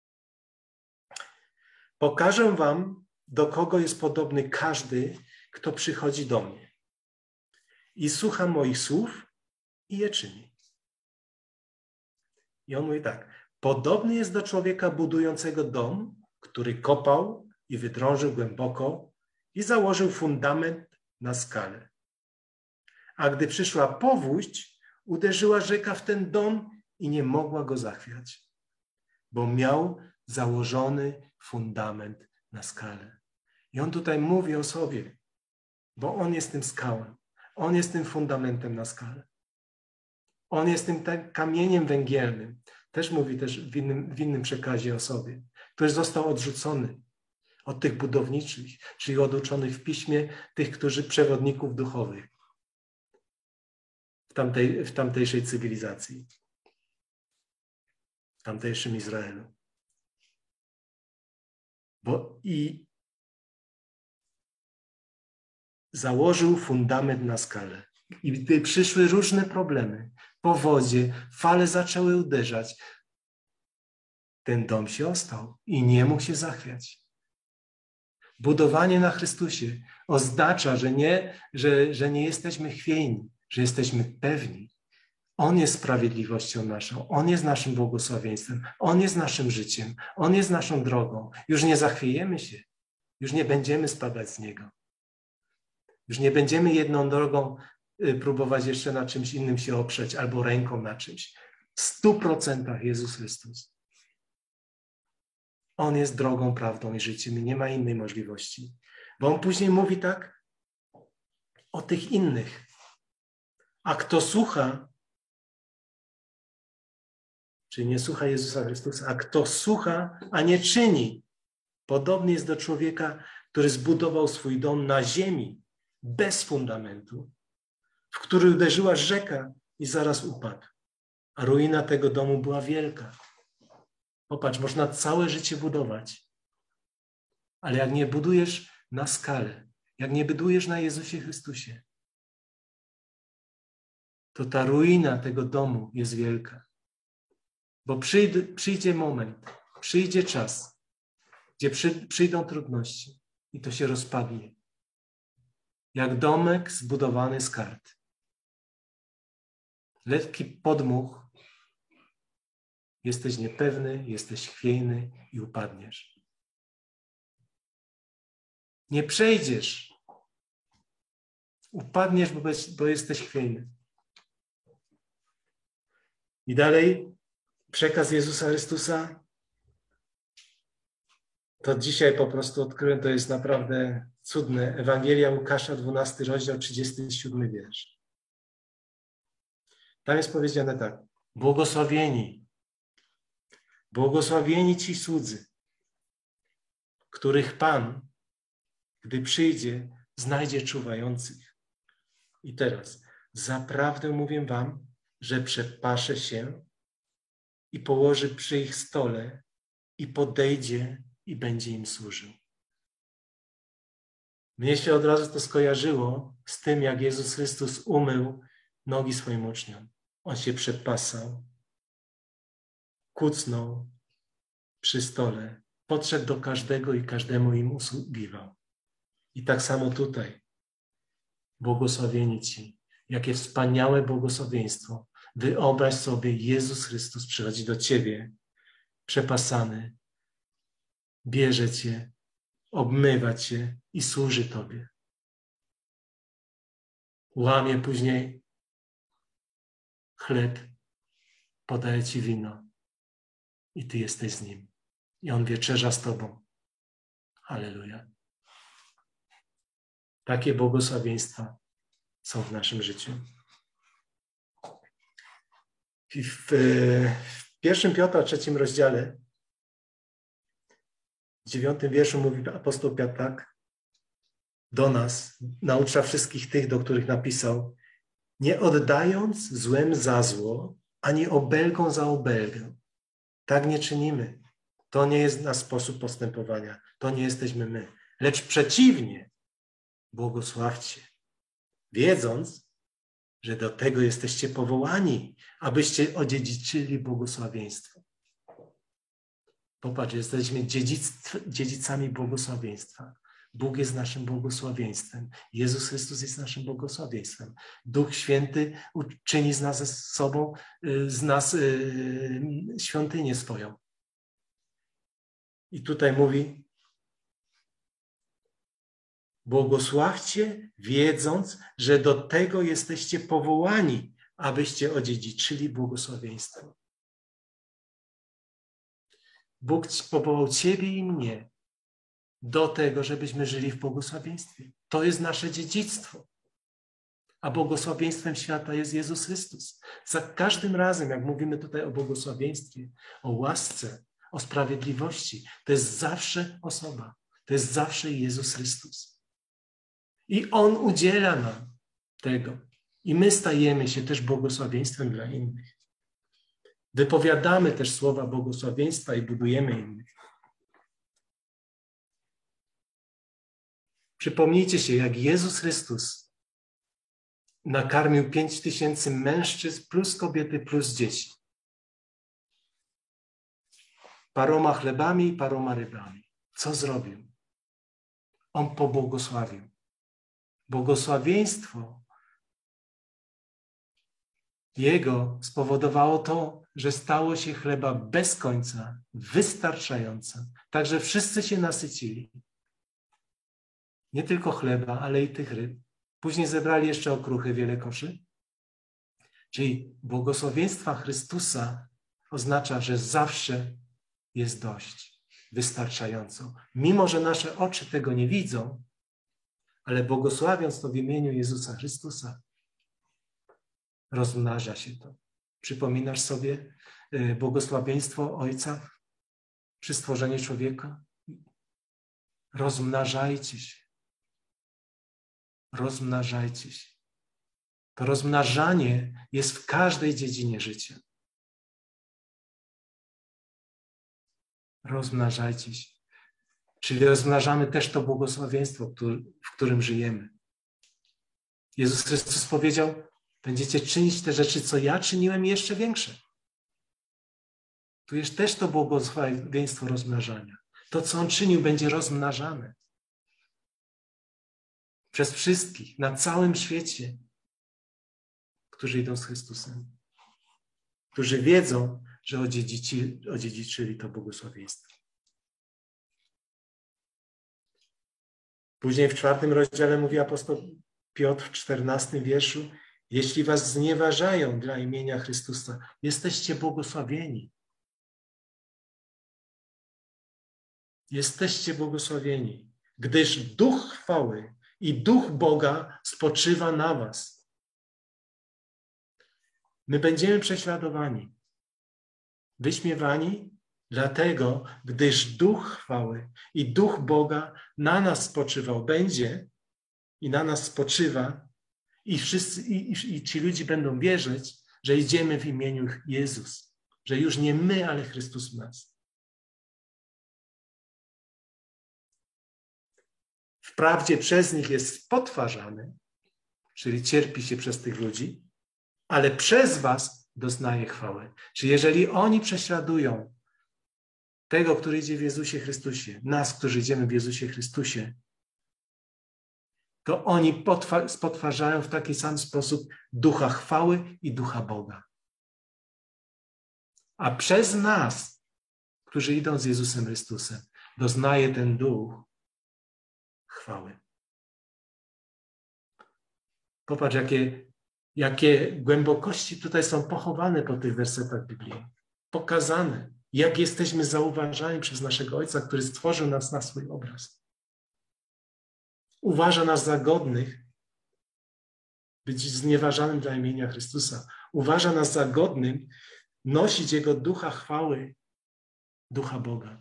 Pokażę wam, do kogo jest podobny każdy, kto przychodzi do mnie i słucha moich słów i je czyni. I on mówi tak. Podobny jest do człowieka budującego dom, który kopał i wydrążył głęboko i założył fundament na skale. A gdy przyszła powódź, uderzyła rzeka w ten dom i nie mogła go zachwiać, bo miał założony fundament na skale. I on tutaj mówi o sobie, bo on jest tym skałem. On jest tym fundamentem na skale. On jest tym kamieniem węgielnym. Też mówi też w innym, w innym przekazie o sobie, który został odrzucony od tych budowniczych, czyli od uczonych w piśmie, tych, którzy przewodników duchowych w, tamtej, w tamtejszej cywilizacji, w tamtejszym Izraelu. Bo i założył fundament na skale. I gdy przyszły różne problemy, powodzie, fale zaczęły uderzać, ten dom się ostał i nie mógł się zachwiać. Budowanie na Chrystusie oznacza, że nie, że, że nie jesteśmy chwiejni, że jesteśmy pewni. On jest sprawiedliwością naszą, On jest naszym błogosławieństwem, On jest naszym życiem, On jest naszą drogą. Już nie zachwiejemy się, już nie będziemy spadać z Niego. Już nie będziemy jedną drogą próbować jeszcze na czymś innym się oprzeć albo ręką na czymś. W stu procentach Jezus Chrystus. On jest drogą, prawdą i życiem i nie ma innej możliwości. Bo on później mówi tak o tych innych. A kto słucha, czyli nie słucha Jezusa Chrystusa, a kto słucha, a nie czyni, podobny jest do człowieka, który zbudował swój dom na ziemi, bez fundamentu, w który uderzyła rzeka i zaraz upadł. A ruina tego domu była wielka. Popatrz, można całe życie budować, ale jak nie budujesz na skalę, jak nie budujesz na Jezusie Chrystusie, to ta ruina tego domu jest wielka. Bo przyjdzie, przyjdzie moment, przyjdzie czas, gdzie przy, przyjdą trudności i to się rozpadnie. Jak domek zbudowany z kart. Lekki podmuch, jesteś niepewny, jesteś chwiejny i upadniesz. Nie przejdziesz. Upadniesz, bo, bez, bo jesteś chwiejny. I dalej przekaz Jezusa Chrystusa. To dzisiaj po prostu odkryłem, to jest naprawdę cudne. Ewangelia Łukasza, dwunasty rozdział, trzydziesty siódmy wiersz. Tam jest powiedziane tak. Błogosławieni, błogosławieni ci słudzy, których Pan, gdy przyjdzie, znajdzie czuwających. I teraz, zaprawdę mówię wam, że przepasze się i położy przy ich stole i podejdzie i będzie im służył. Mnie się od razu to skojarzyło z tym, jak Jezus Chrystus umył nogi swoim uczniom. On się przepasał, kucnął przy stole, podszedł do każdego i każdemu im usługiwał. I tak samo tutaj. Błogosławieni ci. Jakie wspaniałe błogosławieństwo. Wyobraź sobie, Jezus Chrystus przychodzi do ciebie, przepasany, bierze cię, obmywa cię i służy tobie. Łamie później chleb, podaje ci wino i ty jesteś z nim. I on wieczerza z tobą. Halleluja. Takie błogosławieństwa są w naszym życiu. I w, w pierwszym Piotra, trzecim rozdziale, w dziewiątym wierszu mówi apostoł Piotr tak do nas, naucza wszystkich tych, do których napisał: nie oddając złem za zło, ani obelgą za obelgę. Tak nie czynimy. To nie jest nasz sposób postępowania. To nie jesteśmy my. Lecz przeciwnie, błogosławcie, wiedząc, że do tego jesteście powołani, abyście odziedziczyli błogosławieństwo. Popatrz, jesteśmy dziedzicami błogosławieństwa. Bóg jest naszym błogosławieństwem. Jezus Chrystus jest naszym błogosławieństwem. Duch Święty uczyni z nas ze sobą, z nas świątynię swoją. I tutaj mówi: błogosławcie, wiedząc, że do tego jesteście powołani, abyście odziedziczyli błogosławieństwo. Bóg powołał ciebie i mnie do tego, żebyśmy żyli w błogosławieństwie. To jest nasze dziedzictwo. A błogosławieństwem świata jest Jezus Chrystus. Za każdym razem, jak mówimy tutaj o błogosławieństwie, o łasce, o sprawiedliwości, to jest zawsze osoba. To jest zawsze Jezus Chrystus. I On udziela nam tego. I my stajemy się też błogosławieństwem dla innych. Wypowiadamy też słowa błogosławieństwa i budujemy innych. Przypomnijcie się, jak Jezus Chrystus nakarmił pięć tysięcy mężczyzn plus kobiety plus dzieci. Paroma chlebami i paroma rybami. Co zrobił? On pobłogosławił. Błogosławieństwo Jego spowodowało to, że stało się chleba bez końca, wystarczające, tak że wszyscy się nasycili. Nie tylko chleba, ale i tych ryb. Później zebrali jeszcze okruchy, wiele koszy. Czyli błogosławieństwa Chrystusa oznacza, że zawsze jest dość, wystarczająco. Mimo że nasze oczy tego nie widzą, ale błogosławiąc to w imieniu Jezusa Chrystusa, rozmnaża się to. Przypominasz sobie błogosławieństwo Ojca przy stworzeniu człowieka? Rozmnażajcie się. Rozmnażajcie się. To rozmnażanie jest w każdej dziedzinie życia. Rozmnażajcie się. Czyli rozmnażamy też to błogosławieństwo, w którym żyjemy. Jezus Chrystus powiedział: będziecie czynić te rzeczy, co ja czyniłem, i jeszcze większe. Tu jest też to błogosławieństwo rozmnażania. To, co On czynił, będzie rozmnażane. Przez wszystkich, na całym świecie, którzy idą z Chrystusem. Którzy wiedzą, że odziedziczyli, odziedziczyli to błogosławieństwo. Później w czwartym rozdziale mówi apostoł Piotr w czternastym wierszu: jeśli was znieważają dla imienia Chrystusa, jesteście błogosławieni. Jesteście błogosławieni, gdyż Duch chwały i Duch Boga spoczywa na was. My będziemy prześladowani, wyśmiewani, dlatego, gdyż Duch chwały i Duch Boga na nas spoczywał, będzie i na nas spoczywa, i wszyscy, i, i, i ci ludzie będą wierzyć, że idziemy w imieniu Jezus, że już nie my, ale Chrystus w nas. Wprawdzie przez nich jest potwarzany, czyli cierpi się przez tych ludzi, ale przez was doznaje chwały. Czyli jeżeli oni prześladują tego, który idzie w Jezusie Chrystusie, nas, którzy idziemy w Jezusie Chrystusie, to oni spotwarzają w taki sam sposób Ducha chwały i Ducha Boga. A przez nas, którzy idą z Jezusem Chrystusem, doznaje ten Duch chwały. Popatrz, jakie jakie głębokości tutaj są pochowane po tych wersetach Biblii. Pokazane, jak jesteśmy zauważani przez naszego Ojca, który stworzył nas na swój obraz. Uważa nas za godnych być znieważanym dla imienia Chrystusa. Uważa nas za godnym nosić Jego ducha chwały, ducha Boga.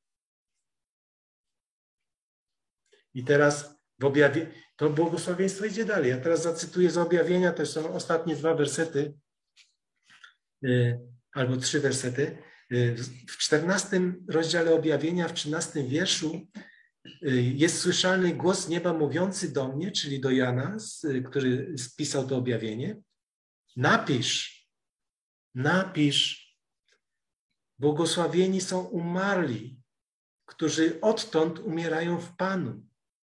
I teraz w objawie... to błogosławieństwo idzie dalej. Ja teraz zacytuję z objawienia, to są ostatnie dwa wersety, yy, albo trzy wersety. Yy, w czternastym rozdziale objawienia, w trzynastym wierszu yy, jest słyszalny głos nieba mówiący do mnie, czyli do Jana, yy, który spisał to objawienie. Napisz, napisz, błogosławieni są umarli, którzy odtąd umierają w Panu.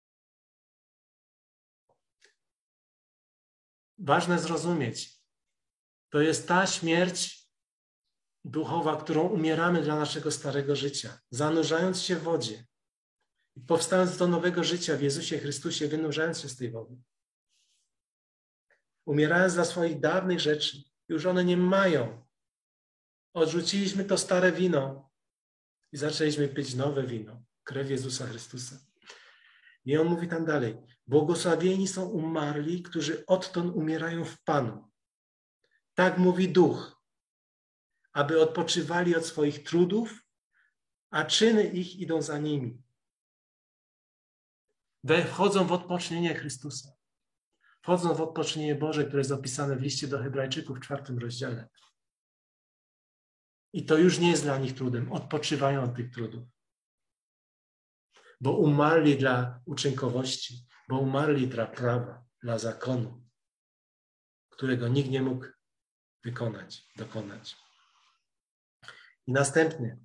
Ważne zrozumieć, to jest ta śmierć duchowa, którą umieramy dla naszego starego życia, zanurzając się w wodzie i powstając do nowego życia w Jezusie Chrystusie, wynurzając się z tej wody. Umierając dla swoich dawnych rzeczy, już one nie mają. Odrzuciliśmy to stare wino i zaczęliśmy pić nowe wino, krew Jezusa Chrystusa. I on mówi tam dalej, błogosławieni są umarli, którzy odtąd umierają w Panu. Tak mówi Duch, aby odpoczywali od swoich trudów, a czyny ich idą za nimi. Wchodzą w odpocznienie Chrystusa. Wchodzą w odpocznienie Boże, które jest opisane w liście do Hebrajczyków w czwartym rozdziale. I to już nie jest dla nich trudem. Odpoczywają od tych trudów. Bo umarli dla uczynkowości, bo umarli dla prawa, dla zakonu, którego nikt nie mógł wykonać, dokonać. I następnie,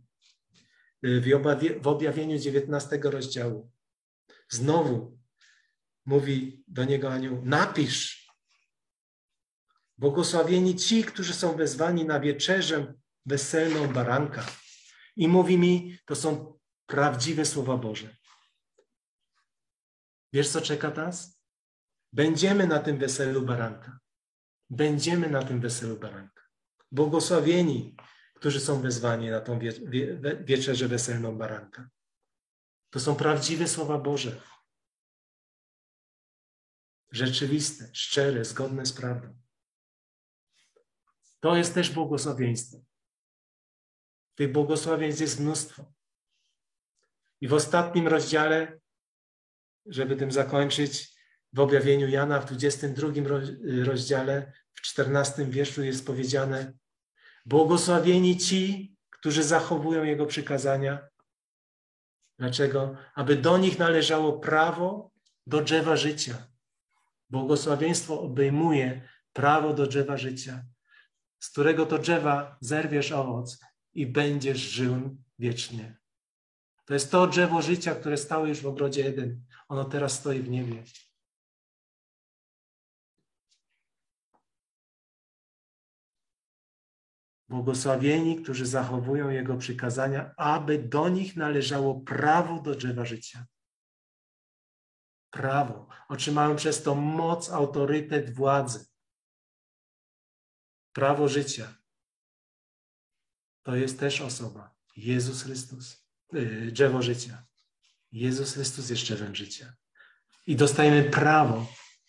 w objawieniu dziewiętnastego rozdziału, znowu mówi do niego anioł, napisz, błogosławieni ci, którzy są wezwani na wieczerzę weselną baranka. I mówi mi, to są prawdziwe słowa Boże. Wiesz, co czeka nas? Będziemy na tym weselu baranka. Będziemy na tym weselu baranka. Błogosławieni, którzy są wezwani na tą wie, wie, wieczerzę weselną baranka. To są prawdziwe słowa Boże. Rzeczywiste, szczere, zgodne z prawdą. To jest też błogosławieństwo. Tych błogosławieństw jest mnóstwo. I w ostatnim rozdziale, żeby tym zakończyć, w objawieniu Jana w dwudziestym drugim rozdziale, w czternastym wierszu jest powiedziane: błogosławieni ci, którzy zachowują Jego przykazania. Dlaczego? Aby do nich należało prawo do drzewa życia. Błogosławieństwo obejmuje prawo do drzewa życia, z którego to drzewa zerwiesz owoc i będziesz żył wiecznie. To jest to drzewo życia, które stało już w ogrodzie Eden. Ono teraz stoi w niebie. Błogosławieni, którzy zachowują Jego przykazania, aby do nich należało prawo do drzewa życia. Prawo. Otrzymają przez to moc, autorytet władzy. Prawo życia. To jest też osoba. Jezus Chrystus. Yy, drzewo życia. Jezus Chrystus jest drzewem życia. I dostajemy prawo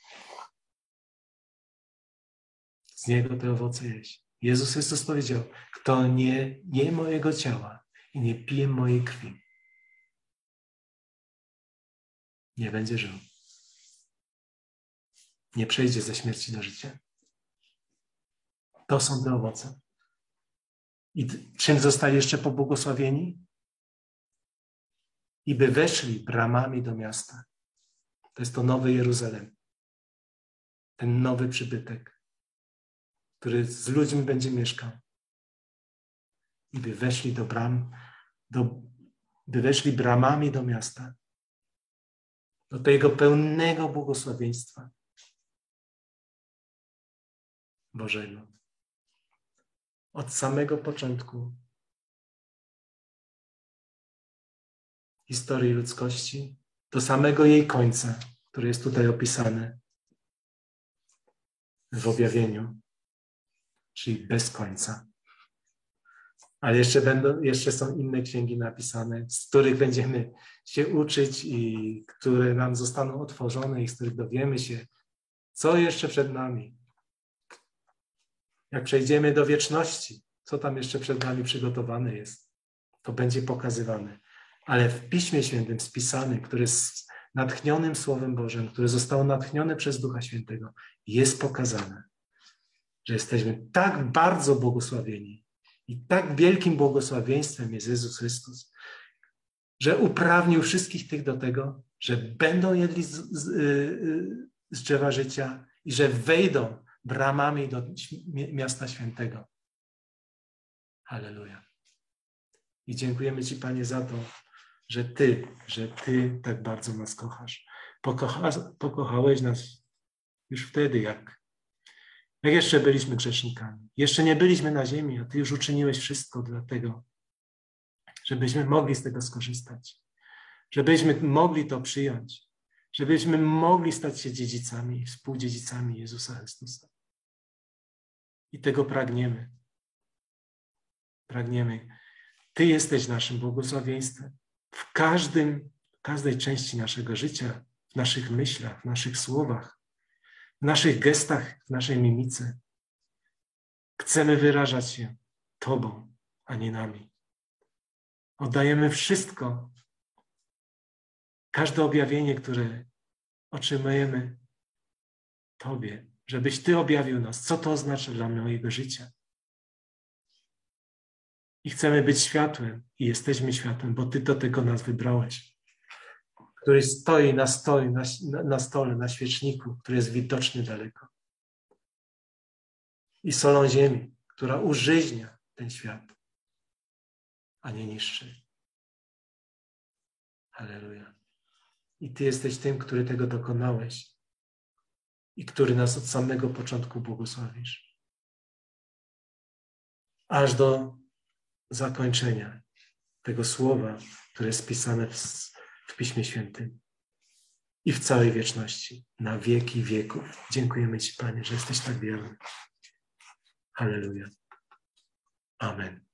z Niego te owoce jeść. Jezus Chrystus powiedział, kto nie je mojego ciała i nie pije mojej krwi, nie będzie żył. Nie przejdzie ze śmierci do życia. To są te owoce. I czym zostali jeszcze pobłogosławieni? I by weszli bramami do miasta. To jest to nowy Jeruzalem. Ten nowy przybytek, który z ludźmi będzie mieszkał. I by weszli do bram, do, by weszli bramami do miasta. Do tego pełnego błogosławieństwa Bożego. Od samego początku historii ludzkości do samego jej końca, który jest tutaj opisany. w objawieniu, czyli bez końca. Ale jeszcze, będą, jeszcze są inne księgi napisane, z których będziemy się uczyć i które nam zostaną otworzone i z których dowiemy się, co jeszcze przed nami. Jak przejdziemy do wieczności, co tam jeszcze przed nami przygotowane jest, to będzie pokazywane. Ale w Piśmie Świętym spisane, które jest natchnionym Słowem Bożym, które zostało natchnione przez Ducha Świętego, jest pokazane, że jesteśmy tak bardzo błogosławieni i tak wielkim błogosławieństwem jest Jezus Chrystus, że uprawnił wszystkich tych do tego, że będą jedli z, z, z drzewa życia i że wejdą bramami do miasta świętego. Halleluja. I dziękujemy Ci, Panie, za to, że Ty, że Ty tak bardzo nas kochasz. Pokocha, pokochałeś nas już wtedy, jak, jak jeszcze byliśmy grzesznikami. Jeszcze nie byliśmy na ziemi, a Ty już uczyniłeś wszystko dlatego, żebyśmy mogli z tego skorzystać. Żebyśmy mogli to przyjąć. Żebyśmy mogli stać się dziedzicami, współdziedzicami Jezusa Chrystusa. I tego pragniemy. Pragniemy. Ty jesteś naszym błogosławieństwem w każdym, w każdej części naszego życia, w naszych myślach, w naszych słowach, w naszych gestach, w naszej mimice. Chcemy wyrażać się Tobą, a nie nami. Oddajemy wszystko, każde objawienie, które otrzymujemy Tobie, żebyś Ty objawił nas, co to oznacza dla mojego życia. I chcemy być światłem i jesteśmy światłem, bo Ty do tego nas wybrałeś, który stoi na, stoi, na, na stole, na świeczniku, który jest widoczny daleko. I solą ziemi, która użyźnia ten świat, a nie niszczy. Halleluja. I Ty jesteś tym, który tego dokonałeś i który nas od samego początku błogosławisz. Aż do zakończenia tego słowa, które jest spisane w, w Piśmie Świętym i w całej wieczności, na wieki wieków. Dziękujemy Ci, Panie, że jesteś tak wierny. Halleluja. Amen.